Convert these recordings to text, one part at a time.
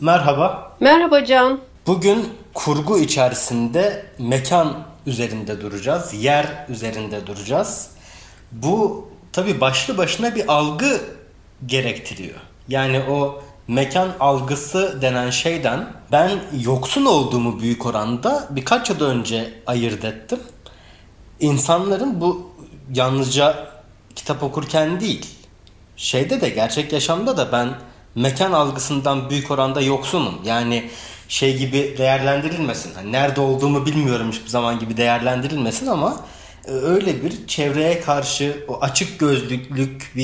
Merhaba. Merhaba Can. Bugün kurgu içerisinde mekan üzerinde duracağız, yer üzerinde duracağız. Bu tabii başlı başına bir algı gerektiriyor. Yani o mekan algısı denen şeyden ben yoksun olduğumu büyük oranda birkaç yıl önce ayırt ettim. İnsanların bu yalnızca kitap okurken değil, şeyde de gerçek yaşamda da ben mekan algısından büyük oranda yoksunum. Yani şey gibi değerlendirilmesin. Hani nerede olduğumu bilmiyorum hiçbir zaman gibi değerlendirilmesin ama öyle bir çevreye karşı o açık gözlülük,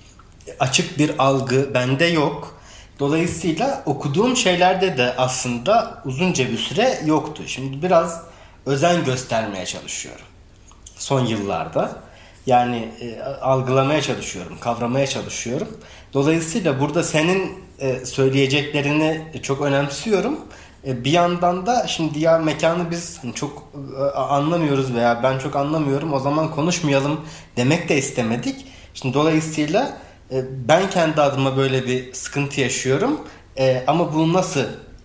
açık bir algı bende yok. Dolayısıyla okuduğum şeylerde de aslında uzunca bir süre yoktu. Şimdi biraz özen göstermeye çalışıyorum son yıllarda. Yani algılamaya çalışıyorum, kavramaya çalışıyorum. Dolayısıyla burada senin söyleyeceklerini çok önemsiyorum. Bir yandan da şimdi ya mekanı biz çok anlamıyoruz veya ben çok anlamıyorum, o zaman konuşmayalım demek de istemedik. Şimdi dolayısıyla ben kendi adıma böyle bir sıkıntı yaşıyorum. Ama bunu nasıl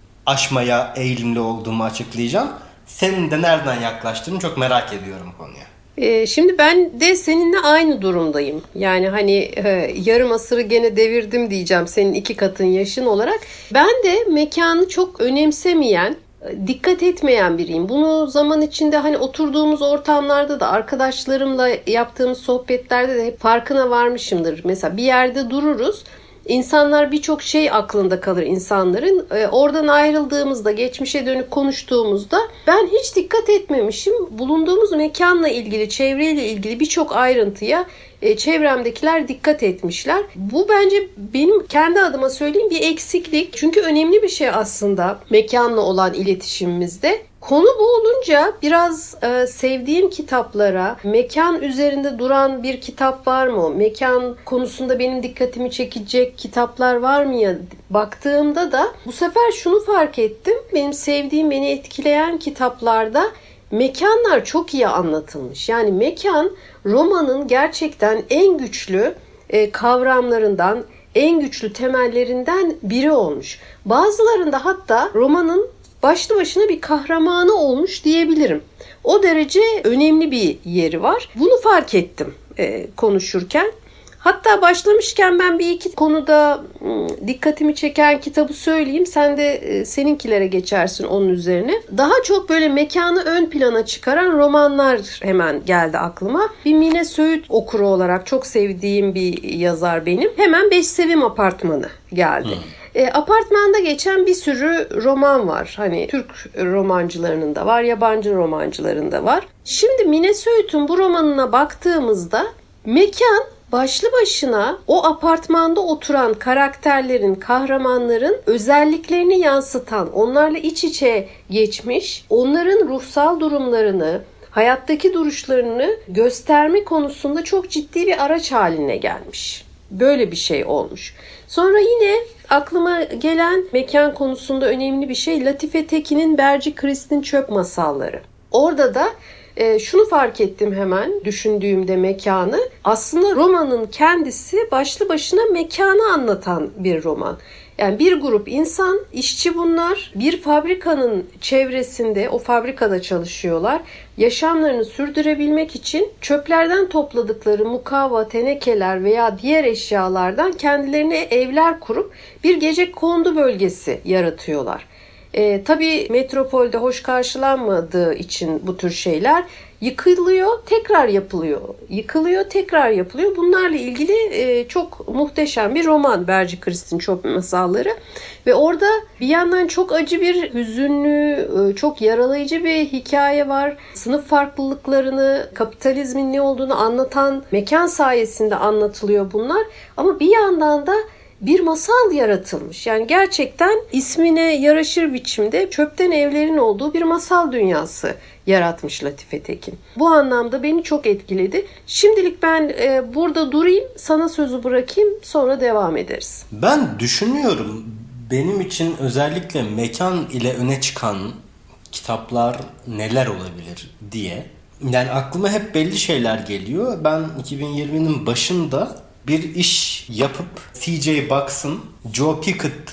aşmaya eğilimli olduğumu açıklayacağım. Senin de nereden yaklaştığını çok merak ediyorum konuya. Şimdi ben de seninle aynı durumdayım. Yani hani yarım asırı gene devirdim diyeceğim senin 2 katın yaşın olarak. Ben de mekanı çok önemsemeyen, dikkat etmeyen biriyim. Bunu zaman içinde hani oturduğumuz ortamlarda da arkadaşlarımla yaptığımız sohbetlerde de hep farkına varmışımdır. Mesela bir yerde dururuz. İnsanlar birçok şey aklında kalır insanların. Oradan ayrıldığımızda, geçmişe dönüp konuştuğumuzda ben hiç dikkat etmemişim. Bulunduğumuz mekanla ilgili, çevreyle ilgili birçok ayrıntıya çevremdekiler dikkat etmişler. Bu bence benim kendi adıma söyleyeyim bir eksiklik. Çünkü önemli bir şey aslında mekanla olan iletişimimizde. Konu bu olunca biraz sevdiğim kitaplara, mekan üzerinde duran bir kitap var mı? Mekan konusunda benim dikkatimi çekecek kitaplar var mı ya baktığımda da bu sefer şunu fark ettim. Benim sevdiğim, beni etkileyen kitaplarda mekanlar çok iyi anlatılmış. Yani mekan romanın gerçekten en güçlü kavramlarından, en güçlü temellerinden biri olmuş. Bazılarında hatta romanın başlı başına bir kahramanı olmuş diyebilirim. O derece önemli bir yeri var. Bunu fark ettim konuşurken. Hatta başlamışken ben bir iki konuda dikkatimi çeken kitabı söyleyeyim. Sen de seninkilere geçersin onun üzerine. Daha çok böyle mekanı ön plana çıkaran romanlar hemen geldi aklıma. Bir Mine Söğüt okuru olarak çok sevdiğim bir yazar benim. Hemen Beş Sevim Apartmanı geldi. Apartmanda geçen bir sürü roman var. Hani Türk romancılarının da var, yabancı romancıların da var. Şimdi Mine Söğüt'ün bu romanına baktığımızda mekan başlı başına o apartmanda oturan karakterlerin, kahramanların özelliklerini yansıtan, onlarla iç içe geçmiş, onların ruhsal durumlarını, hayattaki duruşlarını gösterme konusunda çok ciddi bir araç haline gelmiş. Böyle bir şey olmuş. Sonra yine aklıma gelen mekan konusunda önemli bir şey Latife Tekin'in Berci Kristin Çöp Masalları. Orada da şunu fark ettim hemen düşündüğümde mekanı. Aslında romanın kendisi başlı başına mekanı anlatan bir roman. Yani bir grup insan, işçi bunlar, bir fabrikanın çevresinde, o fabrikada çalışıyorlar. Yaşamlarını sürdürebilmek için çöplerden topladıkları mukavva, tenekeler veya diğer eşyalardan kendilerine evler kurup bir gecekondu bölgesi yaratıyorlar. Tabii metropolde hoş karşılanmadığı için bu tür şeyler yıkılıyor, tekrar yapılıyor. Yıkılıyor, tekrar yapılıyor. Bunlarla ilgili çok muhteşem bir roman Berci Kristin Çöp Masalları. Ve orada bir yandan çok acı bir, hüzünlü, çok yaralayıcı bir hikaye var. Sınıf farklılıklarını, kapitalizmin ne olduğunu anlatan mekan sayesinde anlatılıyor bunlar. Ama bir yandan da bir masal yaratılmış. Yani gerçekten ismine yaraşır biçimde çöpten evlerin olduğu bir masal dünyası yaratmış Latife Tekin. Bu anlamda beni çok etkiledi. Şimdilik ben burada durayım, sana sözü bırakayım, sonra devam ederiz. Ben düşünüyorum, benim için özellikle mekan ile öne çıkan kitaplar neler olabilir diye. Yani aklıma hep belli şeyler geliyor. Ben 2020'nin başında bir iş yapıp C.J. Box'ın Joe Pickett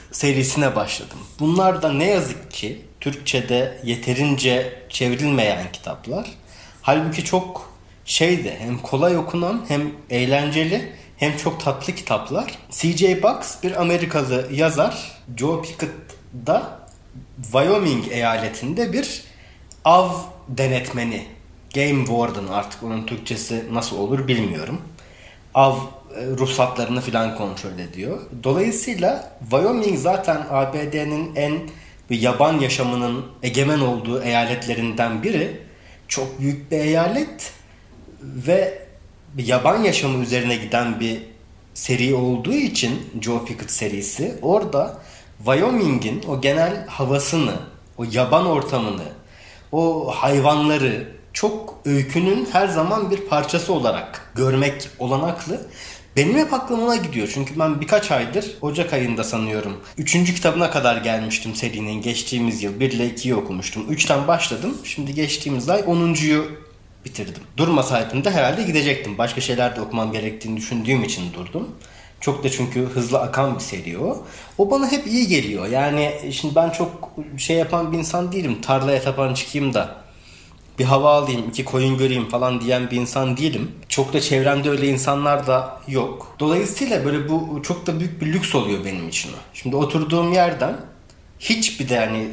serisine başladım. Bunlar da ne yazık ki Türkçe'de yeterince çevrilmeyen kitaplar. Halbuki çok hem kolay okunan hem eğlenceli hem çok tatlı kitaplar. C.J. Box bir Amerikalı yazar. Joe Pickett da Wyoming eyaletinde bir av denetmeni. Game Warden, artık onun Türkçesi nasıl olur bilmiyorum. Av ruhsatlarını filan kontrol ediyor. Dolayısıyla Wyoming zaten ABD'nin en yaban yaşamının egemen olduğu eyaletlerinden biri. Çok büyük bir eyalet ve yaban yaşamı üzerine giden bir seri olduğu için Joe Pickett serisi, orada Wyoming'in o genel havasını, o yaban ortamını, o hayvanları çok öykünün her zaman bir parçası olarak görmek olanaklı. Benim hep aklıma gidiyor. Çünkü ben birkaç aydır, Ocak ayında sanıyorum, 3. kitabına kadar gelmiştim serinin. Geçtiğimiz yıl 1 ile 2'yi okumuştum. 3'ten başladım. Şimdi geçtiğimiz ay 10.'yu bitirdim. Durmasaydım da herhalde gidecektim. Başka şeyler de okumam gerektiğini düşündüğüm için durdum. Çok da çünkü hızlı akan bir seri o. O bana hep iyi geliyor. Yani şimdi ben çok yapan bir insan değilim. Tarlaya tapan çıkayım da bir hava alayım, 2 koyun göreyim falan diyen bir insan değilim. Çok da çevremde öyle insanlar da yok. Dolayısıyla böyle bu çok da büyük bir lüks oluyor benim için o. Şimdi oturduğum yerden hiçbir de yani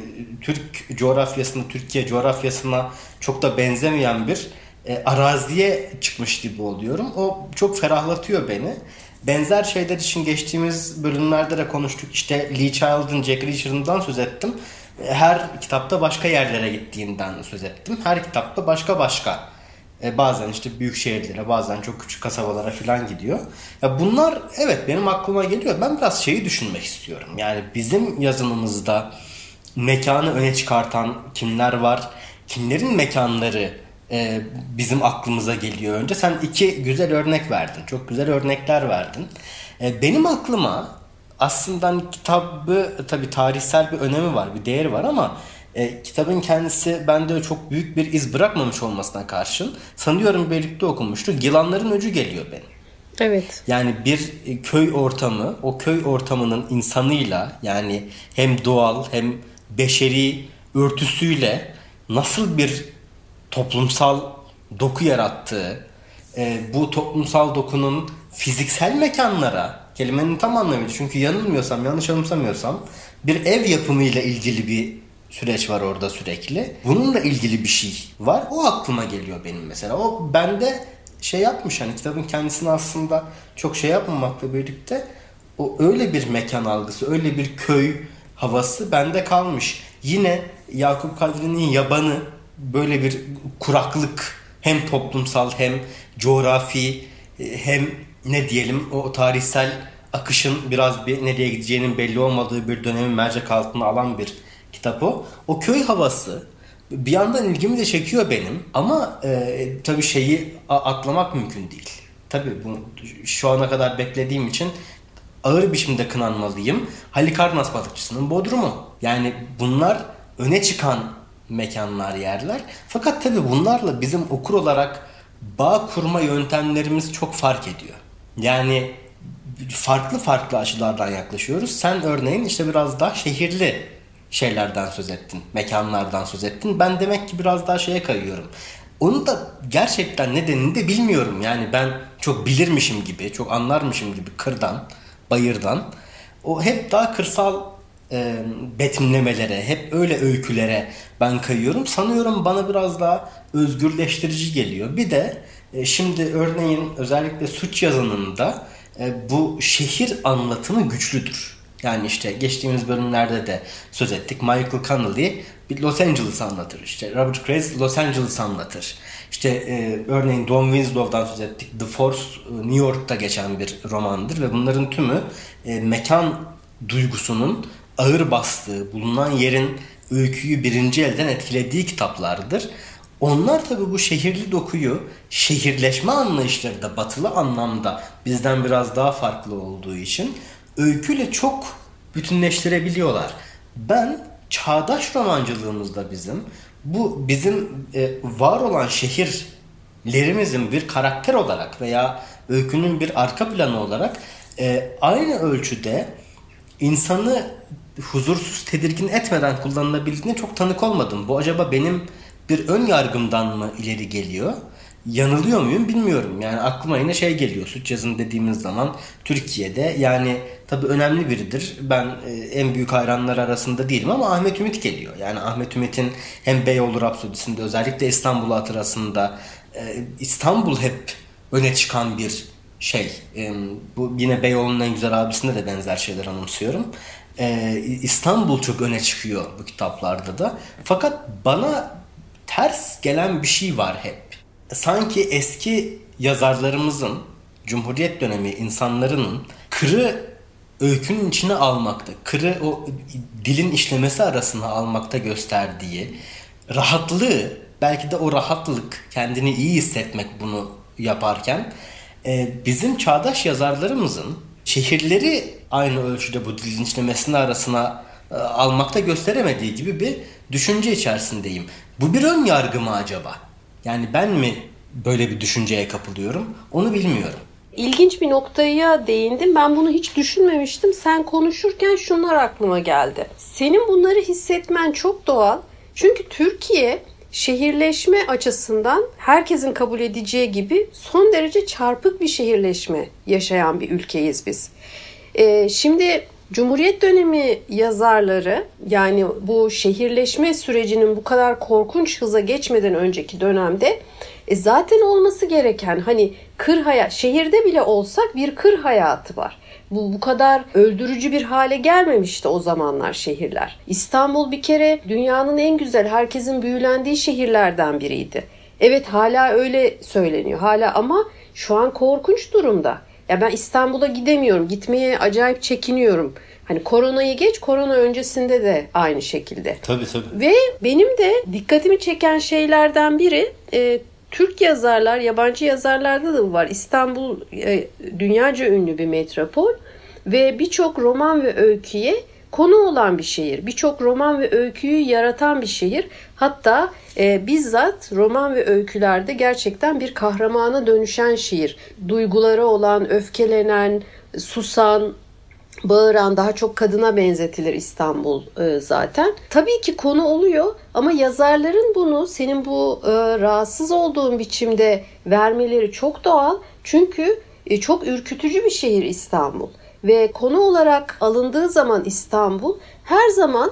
Türkiye coğrafyasına çok da benzemeyen bir araziye çıkmış gibi oluyorum. O çok ferahlatıyor beni. Benzer şeyler için geçtiğimiz bölümlerde de konuştuk. İşte Lee Child'ın, Jack Reacher'ından söz ettim. Her kitapta başka yerlere gittiğinden söz ettim. Her kitapta başka. Bazen işte büyük şehirlere, bazen çok küçük kasabalara falan gidiyor. Ya bunlar evet benim aklıma geliyor. Ben biraz düşünmek istiyorum. Yani bizim yazımımızda mekanı öne çıkartan kimler var? Kimlerin mekanları bizim aklımıza geliyor önce? Sen 2 güzel örnek verdin. Çok güzel örnekler verdin. Benim aklıma aslında kitabı, tabii tarihsel bir önemi var, bir değeri var ama kitabın kendisi bende çok büyük bir iz bırakmamış olmasına karşın sanıyorum birlikte okumuştuk. Yılanların Öcü geliyor benim. Evet. Yani bir köy ortamı, o köy ortamının insanıyla, yani hem doğal hem beşeri örtüsüyle nasıl bir toplumsal doku yarattığı, bu toplumsal dokunun fiziksel mekanlara, kelimenin tam anlamıyla, çünkü yanlış anımsamıyorsam bir ev yapımıyla ilgili bir süreç var orada sürekli. Bununla ilgili bir şey var. O aklıma geliyor benim mesela. O bende yapmış, hani kitabın kendisini aslında çok yapmamakla birlikte o öyle bir mekan algısı, öyle bir köy havası bende kalmış. Yine Yakup Kadri'nin Yabanı böyle bir kuraklık, hem toplumsal hem coğrafi hem o tarihsel akışın biraz bir nereye gideceğinin belli olmadığı bir dönemi mercek altına alan bir kitap o. O köy havası bir yandan ilgimi de çekiyor benim ama tabii atlamak mümkün değil. Tabii bu şu ana kadar beklediğim için ağır biçimde kınanmalıyım. Halikarnas balıkçısının Bodrumu. Yani bunlar öne çıkan mekanlar, yerler. Fakat tabii bunlarla bizim okur olarak bağ kurma yöntemlerimiz çok fark ediyor. Yani farklı açılardan yaklaşıyoruz. Sen örneğin işte biraz daha şehirli şeylerden söz ettin, mekanlardan söz ettin. Ben demek ki biraz daha kayıyorum. Onu da gerçekten nedenini de bilmiyorum. Yani ben çok bilirmişim gibi, çok anlarmışım gibi kırdan, bayırdan. O hep daha kırsal betimlemelere, hep öyle öykülere ben kayıyorum. Sanıyorum bana biraz daha özgürleştirici geliyor. Bir de şimdi örneğin özellikle suç yazınında bu şehir anlatımı güçlüdür. Yani işte geçtiğimiz bölümlerde de söz ettik. Michael Connelly bir Los Angeles anlatır. İşte Robert Grace Los Angeles anlatır. İşte örneğin Don Winslow'dan söz ettik. The Force New York'ta geçen bir romandır ve bunların tümü mekan duygusunun ağır bastığı, bulunan yerin öyküyü birinci elden etkilediği kitaplardır. Onlar tabii bu şehirli dokuyu, şehirleşme anlayışları da batılı anlamda bizden biraz daha farklı olduğu için öyküyle çok bütünleştirebiliyorlar. Ben çağdaş romancılığımızda bizim var olan şehirlerimizin bir karakter olarak veya öykünün bir arka planı olarak aynı ölçüde insanı huzursuz, tedirgin etmeden kullanılabildiğine çok tanık olmadım. Bu acaba benim bir ön yargımdan mı ileri geliyor? Yanılıyor muyum bilmiyorum. Yani aklıma yine şey geliyor. Suç yazın dediğimiz zaman Türkiye'de, yani tabii önemli biridir. Ben en büyük hayranlar arasında değilim ama Ahmet Ümit geliyor. Yani Ahmet Ümit'in hem Beyoğlu Rapsodisi'nde, özellikle İstanbul Hatırası'nda İstanbul hep öne çıkan bir şey. Bu yine Beyoğlu'nun en güzel abisinde de benzer şeyler anımsıyorum. İstanbul çok öne çıkıyor bu kitaplarda da. Fakat bana ters gelen bir şey var hep. Sanki eski yazarlarımızın, Cumhuriyet dönemi insanların kırı öykünün içine almakta, kırı o dilin işlemesi arasına almakta gösterdiği rahatlığı, belki de o rahatlık, kendini iyi hissetmek bunu yaparken, bizim çağdaş yazarlarımızın şehirleri aynı ölçüde bu dilin işlemesinin arasına almakta gösteremediği gibi bir düşünce içerisindeyim. Bu bir ön yargı mı acaba? Yani ben mi böyle bir düşünceye kapılıyorum? Onu bilmiyorum. İlginç bir noktaya değindim. Ben bunu hiç düşünmemiştim. Sen konuşurken şunlar aklıma geldi. Senin bunları hissetmen çok doğal. Çünkü Türkiye şehirleşme açısından herkesin kabul edeceği gibi son derece çarpık bir şehirleşme yaşayan bir ülkeyiz biz. Şimdi Cumhuriyet dönemi yazarları, yani bu şehirleşme sürecinin bu kadar korkunç hıza geçmeden önceki dönemde zaten olması gereken, hani kır hayat, şehirde bile olsak bir kır hayatı var. Bu kadar öldürücü bir hale gelmemişti o zamanlar şehirler. İstanbul bir kere dünyanın en güzel, herkesin büyülendiği şehirlerden biriydi. Evet, hala öyle söyleniyor hala, ama şu an korkunç durumda. Ya ben İstanbul'a gidemiyorum. Gitmeye acayip çekiniyorum. Hani koronayı geç, korona öncesinde de aynı şekilde. Tabii. Ve benim de dikkatimi çeken şeylerden biri, Türk yazarlar, yabancı yazarlarda da var. İstanbul dünyaca ünlü bir metropol ve birçok roman ve öyküye konu olan bir şehir. Birçok roman ve öyküyü yaratan bir şehir. Hatta bizzat roman ve öykülerde gerçekten bir kahramana dönüşen şehir. Duyguları olan, öfkelenen, susan, bağıran, daha çok kadına benzetilir İstanbul zaten. Tabii ki konu oluyor ama yazarların bunu senin bu rahatsız olduğun biçimde vermeleri çok doğal. Çünkü çok ürkütücü bir şehir İstanbul. Ve konu olarak alındığı zaman İstanbul her zaman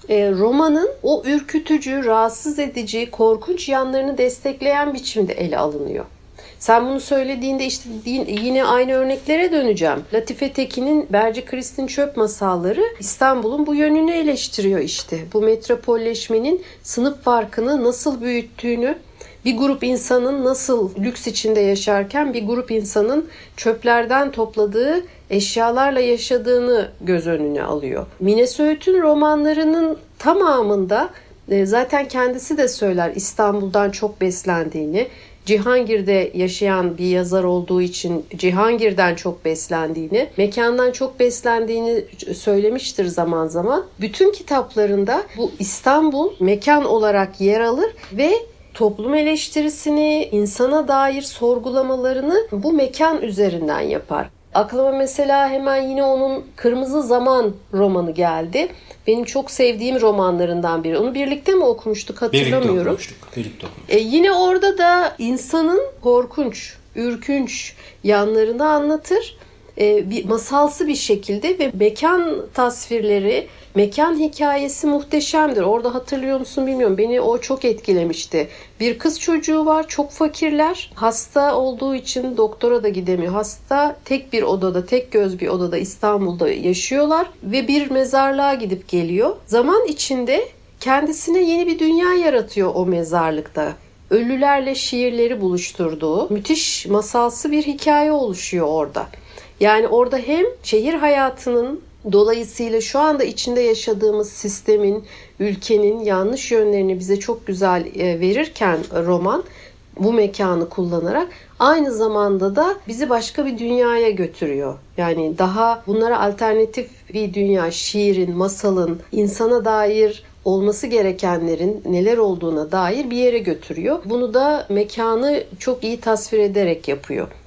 romanın o ürkütücü, rahatsız edici, korkunç yanlarını destekleyen biçimde ele alınıyor. Sen bunu söylediğinde işte yine aynı örneklere döneceğim. Latife Tekin'in Berce Kristin Çöp Masalları İstanbul'un bu yönünü eleştiriyor işte. Bu metropolleşmenin sınıf farkını nasıl büyüttüğünü, bir grup insanın nasıl lüks içinde yaşarken bir grup insanın çöplerden topladığı eşyalarla yaşadığını göz önüne alıyor. Mine Söğüt'ün romanlarının tamamında zaten kendisi de söyler İstanbul'dan çok beslendiğini, Cihangir'de yaşayan bir yazar olduğu için Cihangir'den çok beslendiğini, mekandan çok beslendiğini söylemiştir zaman zaman. Bütün kitaplarında bu İstanbul mekan olarak yer alır ve toplum eleştirisini, insana dair sorgulamalarını bu mekan üzerinden yapar. Aklıma mesela hemen yine onun Kırmızı Zaman romanı geldi. Benim çok sevdiğim romanlarından biri. Onu birlikte mi okumuştuk hatırlamıyorum. Birlikte okumuştuk. Yine orada da insanın korkunç, ürkünç yanlarını anlatır. Bir masalsı bir şekilde ve mekan tasvirleri, mekan hikayesi muhteşemdir. Orada hatırlıyor musun bilmiyorum. Beni o çok etkilemişti. Bir kız çocuğu var, çok fakirler. Hasta olduğu için doktora da gidemiyor. Hasta, tek bir odada, tek göz bir odada İstanbul'da yaşıyorlar ve bir mezarlığa gidip geliyor. Zaman içinde kendisine yeni bir dünya yaratıyor o mezarlıkta. Ölülerle şiirleri buluşturduğu müthiş masalsı bir hikaye oluşuyor orada. Yani orada hem şehir hayatının dolayısıyla şu anda içinde yaşadığımız sistemin, ülkenin yanlış yönlerini bize çok güzel verirken roman bu mekanı kullanarak aynı zamanda da bizi başka bir dünyaya götürüyor. Yani daha bunlara alternatif bir dünya, şiirin, masalın, insana dair olması gerekenlerin neler olduğuna dair bir yere götürüyor. Bunu da mekanı çok iyi tasvir ederek yapıyor.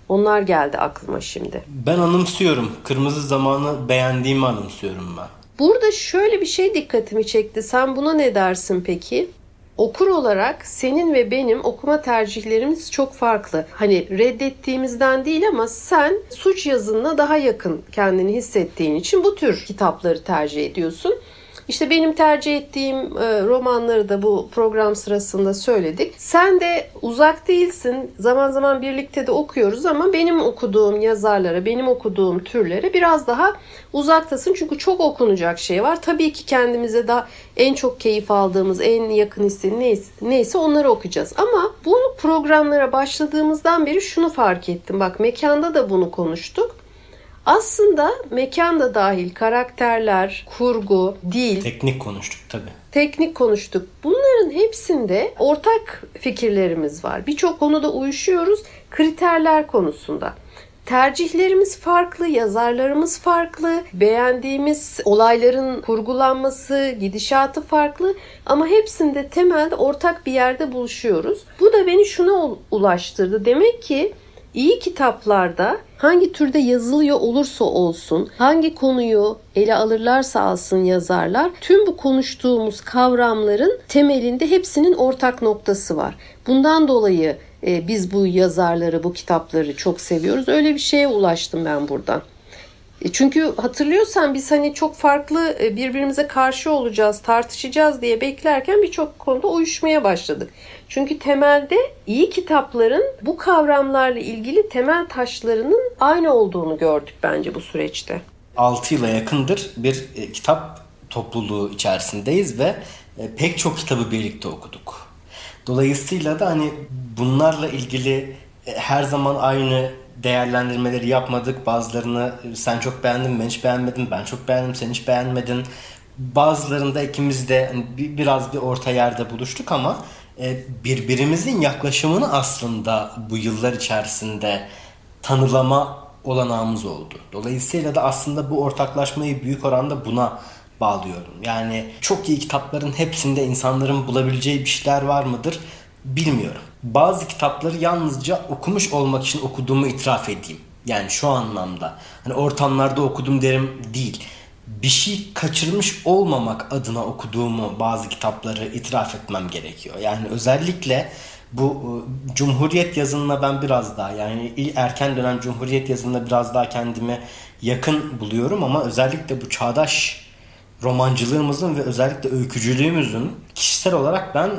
Onlar geldi aklıma şimdi. Ben anımsıyorum. Kırmızı Zamanı beğendiğimi anımsıyorum ben. Burada şöyle bir şey dikkatimi çekti. Sen buna ne dersin peki? Okur olarak senin ve benim okuma tercihlerimiz çok farklı. Hani reddettiğimizden değil ama sen suç yazınına daha yakın kendini hissettiğin için bu tür kitapları tercih ediyorsun. İşte benim tercih ettiğim romanları da bu program sırasında söyledik. Sen de uzak değilsin. Zaman zaman birlikte de okuyoruz ama benim okuduğum yazarlara, benim okuduğum türlere biraz daha uzaktasın. Çünkü çok okunacak şey var. Tabii ki kendimize daha en çok keyif aldığımız, en yakın hissi neyse onları okuyacağız. Ama bu programlara başladığımızdan beri şunu fark ettim. Bak, mekanda da bunu konuştuk. Aslında mekan da dahil, karakterler, kurgu, dil. Teknik konuştuk tabii. Teknik konuştuk. Bunların hepsinde ortak fikirlerimiz var. Birçok konuda uyuşuyoruz. Kriterler konusunda. Tercihlerimiz farklı, yazarlarımız farklı, beğendiğimiz olayların kurgulanması, gidişatı farklı ama hepsinde temelde ortak bir yerde buluşuyoruz. Bu da beni şuna ulaştırdı. Demek ki İyi kitaplarda hangi türde yazılıyor olursa olsun, hangi konuyu ele alırlarsa alsın yazarlar, tüm bu konuştuğumuz kavramların temelinde hepsinin ortak noktası var. Bundan dolayı biz bu yazarları, bu kitapları çok seviyoruz. Öyle bir şeye ulaştım ben buradan. Çünkü hatırlıyorsan biz hani çok farklı birbirimize karşı olacağız, tartışacağız diye beklerken birçok konuda uyuşmaya başladık. Çünkü temelde iyi kitapların bu kavramlarla ilgili temel taşlarının aynı olduğunu gördük bence bu süreçte. 6 yıla yakındır bir kitap topluluğu içerisindeyiz ve pek çok kitabı birlikte okuduk. Dolayısıyla da hani bunlarla ilgili her zaman aynı değerlendirmeleri yapmadık. Bazılarını sen çok beğendin, ben hiç beğenmedim. Ben çok beğendim, sen hiç beğenmedin. Bazılarında ikimiz de hani biraz bir orta yerde buluştuk ama birbirimizin yaklaşımını aslında bu yıllar içerisinde tanılama olanağımız oldu. Dolayısıyla da aslında bu ortaklaşmayı büyük oranda buna bağlıyorum. Yani çok iyi kitapların hepsinde insanların bulabileceği bir şeyler var mıdır bilmiyorum. Bazı kitapları yalnızca okumuş olmak için okuduğumu itiraf edeyim. Yani şu anlamda. Hani ortamlarda okudum derim değil. Bir şey kaçırmış olmamak adına okuduğumu bazı kitapları itiraf etmem gerekiyor. Yani özellikle bu Cumhuriyet yazınına ben biraz daha, yani erken dönem Cumhuriyet yazınına biraz daha kendimi yakın buluyorum ama özellikle bu çağdaş romancılığımızın ve özellikle öykücülüğümüzün kişisel olarak ben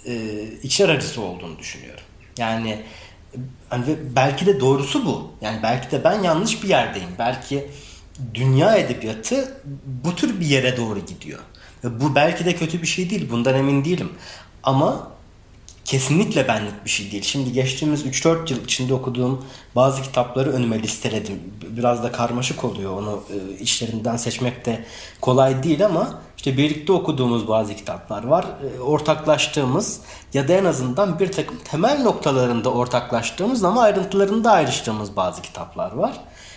içler acısı olduğunu düşünüyorum. Yani hani belki de doğrusu bu. Yani belki de ben yanlış bir yerdeyim. Belki dünya edebiyatı bu tür bir yere doğru gidiyor. Ve bu belki de kötü bir şey değil. Bundan emin değilim. Ama kesinlikle benlik bir şey değil. Şimdi geçtiğimiz 3-4 yıl içinde okuduğum bazı kitapları önüme listeledim. Biraz da karmaşık oluyor. Onu içlerinden seçmek de kolay değil ama işte birlikte okuduğumuz bazı kitaplar var. Ortaklaştığımız ya da en azından bir takım temel noktalarında ortaklaştığımız ama ayrıntılarında ayrıştığımız bazı kitaplar var.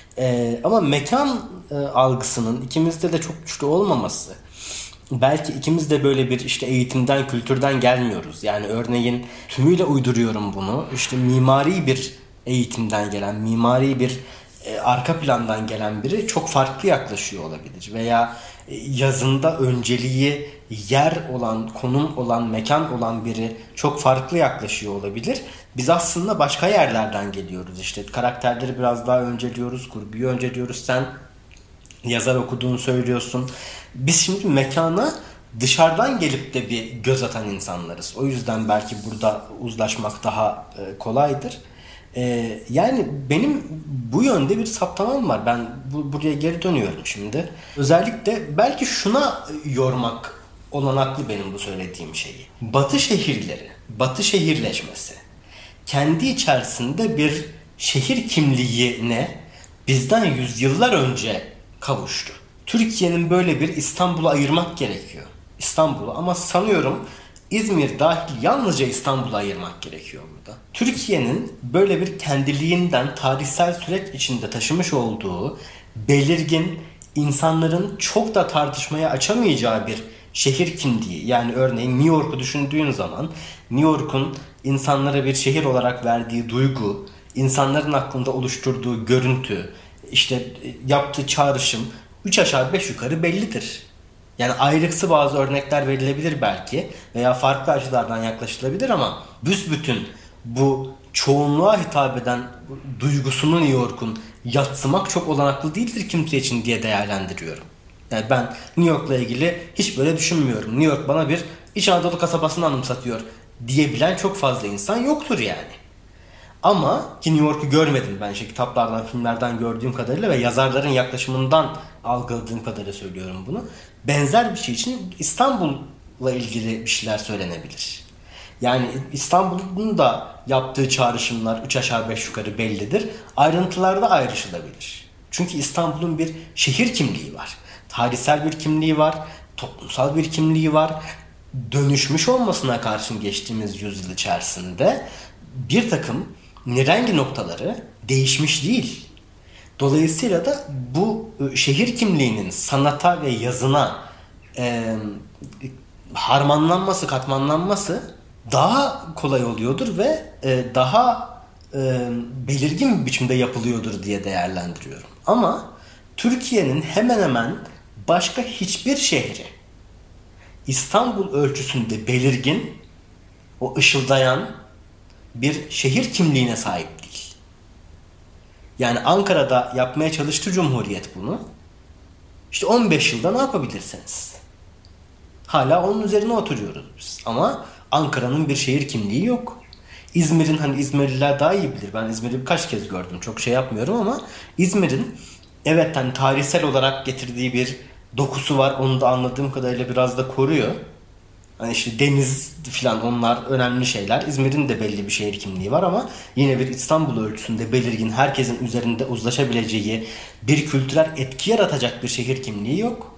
Ama mekan algısının ikimizde de çok güçlü olmaması, belki ikimiz de böyle bir işte eğitimden, kültürden gelmiyoruz. Yani örneğin tümüyle uyduruyorum bunu. İşte mimari bir eğitimden gelen, mimari bir arka plandan gelen biri çok farklı yaklaşıyor olabilir. Veya yazında önceliği yer olan, konum olan, mekan olan biri çok farklı yaklaşıyor olabilir. Biz aslında başka yerlerden geliyoruz. İşte karakterleri biraz daha önceliyoruz, kurguyu önceliyoruz. Sen yazar okuduğunu söylüyorsun. Biz şimdi mekana dışarıdan gelip de bir göz atan insanlarız. O yüzden belki burada uzlaşmak daha kolaydır. Yani benim bu yönde bir saptamam var. Ben buraya geri dönüyorum şimdi. Özellikle belki şuna yormak olanaklı benim bu söylediğim şeyi. Batı şehirleri, Batı şehirleşmesi kendi içerisinde bir şehir kimliğine bizden yüzyıllar önce kavuştu. Türkiye'nin böyle bir İstanbul'u ayırmak gerekiyor. İstanbul'u ama sanıyorum İzmir dahil yalnızca İstanbul'u ayırmak gerekiyor burada. Türkiye'nin böyle bir kendiliğinden tarihsel süreç içinde taşımış olduğu belirgin, insanların çok da tartışmaya açamayacağı bir şehir kimliği. Yani örneğin New York'u düşündüğün zaman New York'un insanlara bir şehir olarak verdiği duygu, insanların aklında oluşturduğu görüntü, işte yaptığı çağrışım 3 aşağı 5 yukarı bellidir. Yani ayrıksı bazı örnekler verilebilir belki veya farklı açılardan yaklaşılabilir ama büsbütün bu çoğunluğa hitap eden duygusunu New York'un yadsımak çok olanaklı değildir kimse için diye değerlendiriyorum. Yani ben New York'la ilgili hiç böyle düşünmüyorum. New York bana bir İç Anadolu kasabasını anımsatıyor diyebilen çok fazla insan yoktur yani. Ama ki New York'u görmedim ben işte kitaplardan, filmlerden gördüğüm kadarıyla ve yazarların yaklaşımından algıladığım kadarıyla söylüyorum bunu. Benzer bir şey için İstanbul'la ilgili bir şeyler söylenebilir. Yani İstanbul'un da yaptığı çağrışımlar 3 aşağı 5 yukarı bellidir. Ayrıntılarda ayrışılabilir. Çünkü İstanbul'un bir şehir kimliği var. Tarihsel bir kimliği var. Toplumsal bir kimliği var. Dönüşmüş olmasına karşın geçtiğimiz yüzyıl içerisinde bir takım nirengi noktaları değişmiş değil. Dolayısıyla da bu şehir kimliğinin sanata ve yazına harmanlanması, katmanlanması daha kolay oluyordur ve daha belirgin bir biçimde yapılıyordur diye değerlendiriyorum. Ama Türkiye'nin hemen hemen başka hiçbir şehri İstanbul ölçüsünde belirgin, o ışıldayan bir şehir kimliğine sahip değil. Yani Ankara'da yapmaya çalıştı Cumhuriyet bunu. İşte 15 yılda ne yapabilirsiniz? Hala onun üzerine oturuyoruz biz. Ama Ankara'nın bir şehir kimliği yok. İzmir'in hani İzmirliler daha iyi bilir. Ben İzmir'i birkaç kez gördüm. Çok şey yapmıyorum ama İzmir'in evet hani tarihsel olarak getirdiği bir dokusu var. Onu da anladığım kadarıyla biraz da koruyor. Hani işte deniz falan onlar önemli şeyler. İzmir'in de belli bir şehir kimliği var ama yine bir İstanbul ölçüsünde belirgin herkesin üzerinde uzlaşabileceği bir kültürel etki yaratacak bir şehir kimliği yok.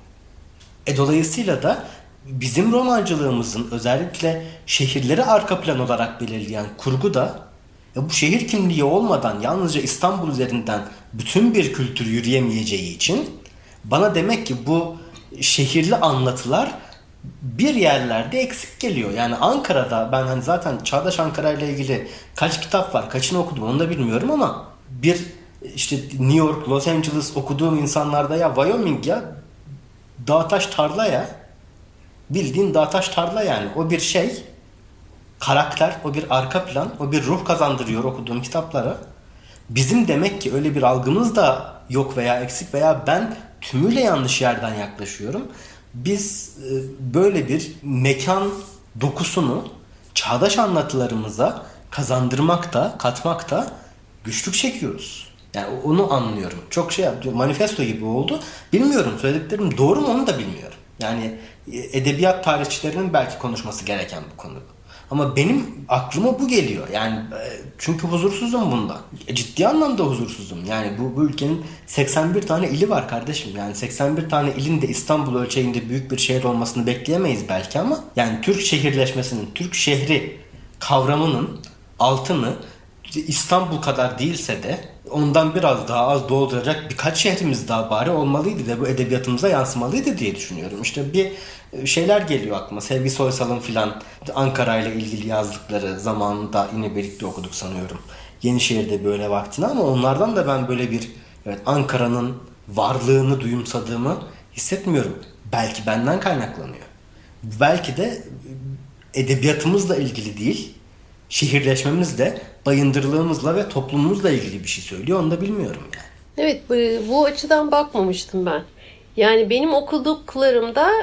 Dolayısıyla da bizim romancılığımızın özellikle şehirleri arka plan olarak belirleyen kurgu da bu şehir kimliği olmadan yalnızca İstanbul üzerinden bütün bir kültür yürüyemeyeceği için bana demek ki bu şehirli anlatılar bir yerlerde eksik geliyor. Yani Ankara'da ben hani zaten Çağdaş Ankara ile ilgili kaç kitap var, kaçını okudum onu da bilmiyorum ama bir işte New York, Los Angeles okuduğum insanlarda ya Wyoming ya dağ taş tarla ya bildiğin dağ taş tarla yani o bir şey karakter, o bir arka plan, o bir ruh kazandırıyor okuduğum kitaplara. Bizim demek ki öyle bir algımız da yok veya eksik veya ben tümüyle yanlış yerden yaklaşıyorum. Biz böyle bir mekan dokusunu çağdaş anlatılarımıza kazandırmakta, katmakta güçlük çekiyoruz. Yani onu anlıyorum. Çok şey yapıyor. Manifesto gibi oldu. Bilmiyorum söylediklerim doğru mu onu da bilmiyorum. Yani edebiyat tarihçilerinin belki konuşması gereken bu konu. Ama benim aklıma bu geliyor. Yani çünkü huzursuzum bundan. Ciddi anlamda huzursuzum. Yani bu ülkenin 81 tane ili var kardeşim. Yani 81 tane ilin de İstanbul ölçeğinde büyük bir şehir olmasını bekleyemeyiz belki ama yani Türk şehirleşmesinin, Türk şehri kavramının altını İstanbul kadar değilse de ondan biraz daha az dolduracak birkaç şehrimiz daha bari olmalıydı ve bu edebiyatımıza yansımalıydı diye düşünüyorum. İşte bir şeyler geliyor aklıma. Sevgi Soysal'ın filan Ankara ile ilgili yazdıkları zamanında yine birlikte okuduk sanıyorum. Yenişehir'de böyle vaktine ama onlardan da ben böyle bir evet Ankara'nın varlığını duyumsadığımı hissetmiyorum. Belki benden kaynaklanıyor. Belki de edebiyatımızla ilgili değil, şehirleşmemizle, bayındırlığımızla ve toplumumuzla ilgili bir şey söylüyor. Onu da bilmiyorum yani. Evet, bu açıdan bakmamıştım ben. Yani benim okuduklarımda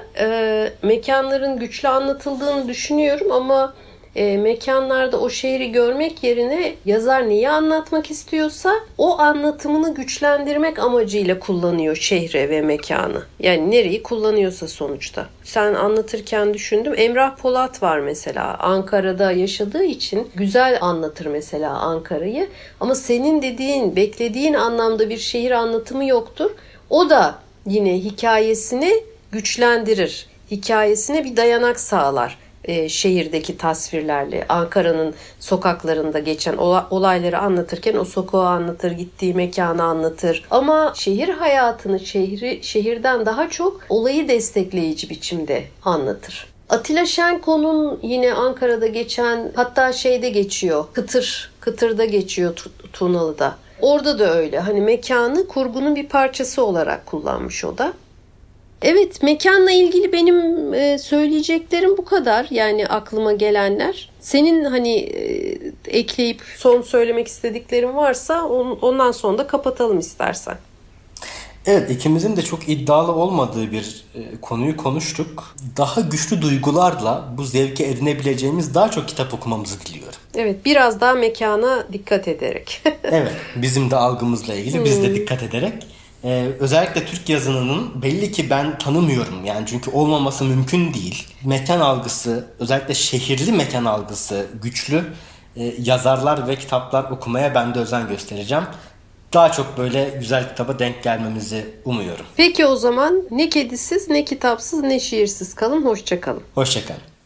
mekanların güçlü anlatıldığını düşünüyorum ama mekanlarda o şehri görmek yerine yazar neyi anlatmak istiyorsa o anlatımını güçlendirmek amacıyla kullanıyor şehri ve mekanı. Yani nereyi kullanıyorsa sonuçta. Sen anlatırken düşündüm. Emrah Polat var mesela. Ankara'da yaşadığı için güzel anlatır mesela Ankara'yı. Ama senin dediğin, beklediğin anlamda bir şehir anlatımı yoktur. O da yine hikayesini güçlendirir. Hikayesine bir dayanak sağlar. Şehirdeki tasvirlerle Ankara'nın sokaklarında geçen olayları anlatırken o sokağı anlatır, gittiği mekanı anlatır. Ama şehir hayatını şehirden daha çok olayı destekleyici biçimde anlatır. Atilla Şenko'nun yine Ankara'da geçen, hatta şeyde geçiyor, Kıtır'da geçiyor, Tunalı'da. Orada da öyle. Hani mekanı kurgunun bir parçası olarak kullanmış o da. Evet, mekanla ilgili benim söyleyeceklerim bu kadar. Yani aklıma gelenler. Senin hani ekleyip son söylemek istediklerin varsa ondan sonra da kapatalım istersen. Evet, ikimizin de çok iddialı olmadığı bir konuyu konuştuk. Daha güçlü duygularla bu zevki edinebileceğimiz daha çok kitap okumamızı diliyorum. Evet, biraz daha mekana dikkat ederek. Evet, bizim de algımızla ilgili biz de dikkat ederek. Özellikle Türk yazınının belli ki ben tanımıyorum yani, çünkü olmaması mümkün değil. Mekan algısı, özellikle şehirli mekan algısı güçlü yazarlar ve kitaplar okumaya ben de özen göstereceğim. Daha çok böyle güzel kitaba denk gelmemizi umuyorum. Peki o zaman ne kedisiz, ne kitapsız, ne şiirsiz kalın. Hoşça kalın. Hoşça kalın.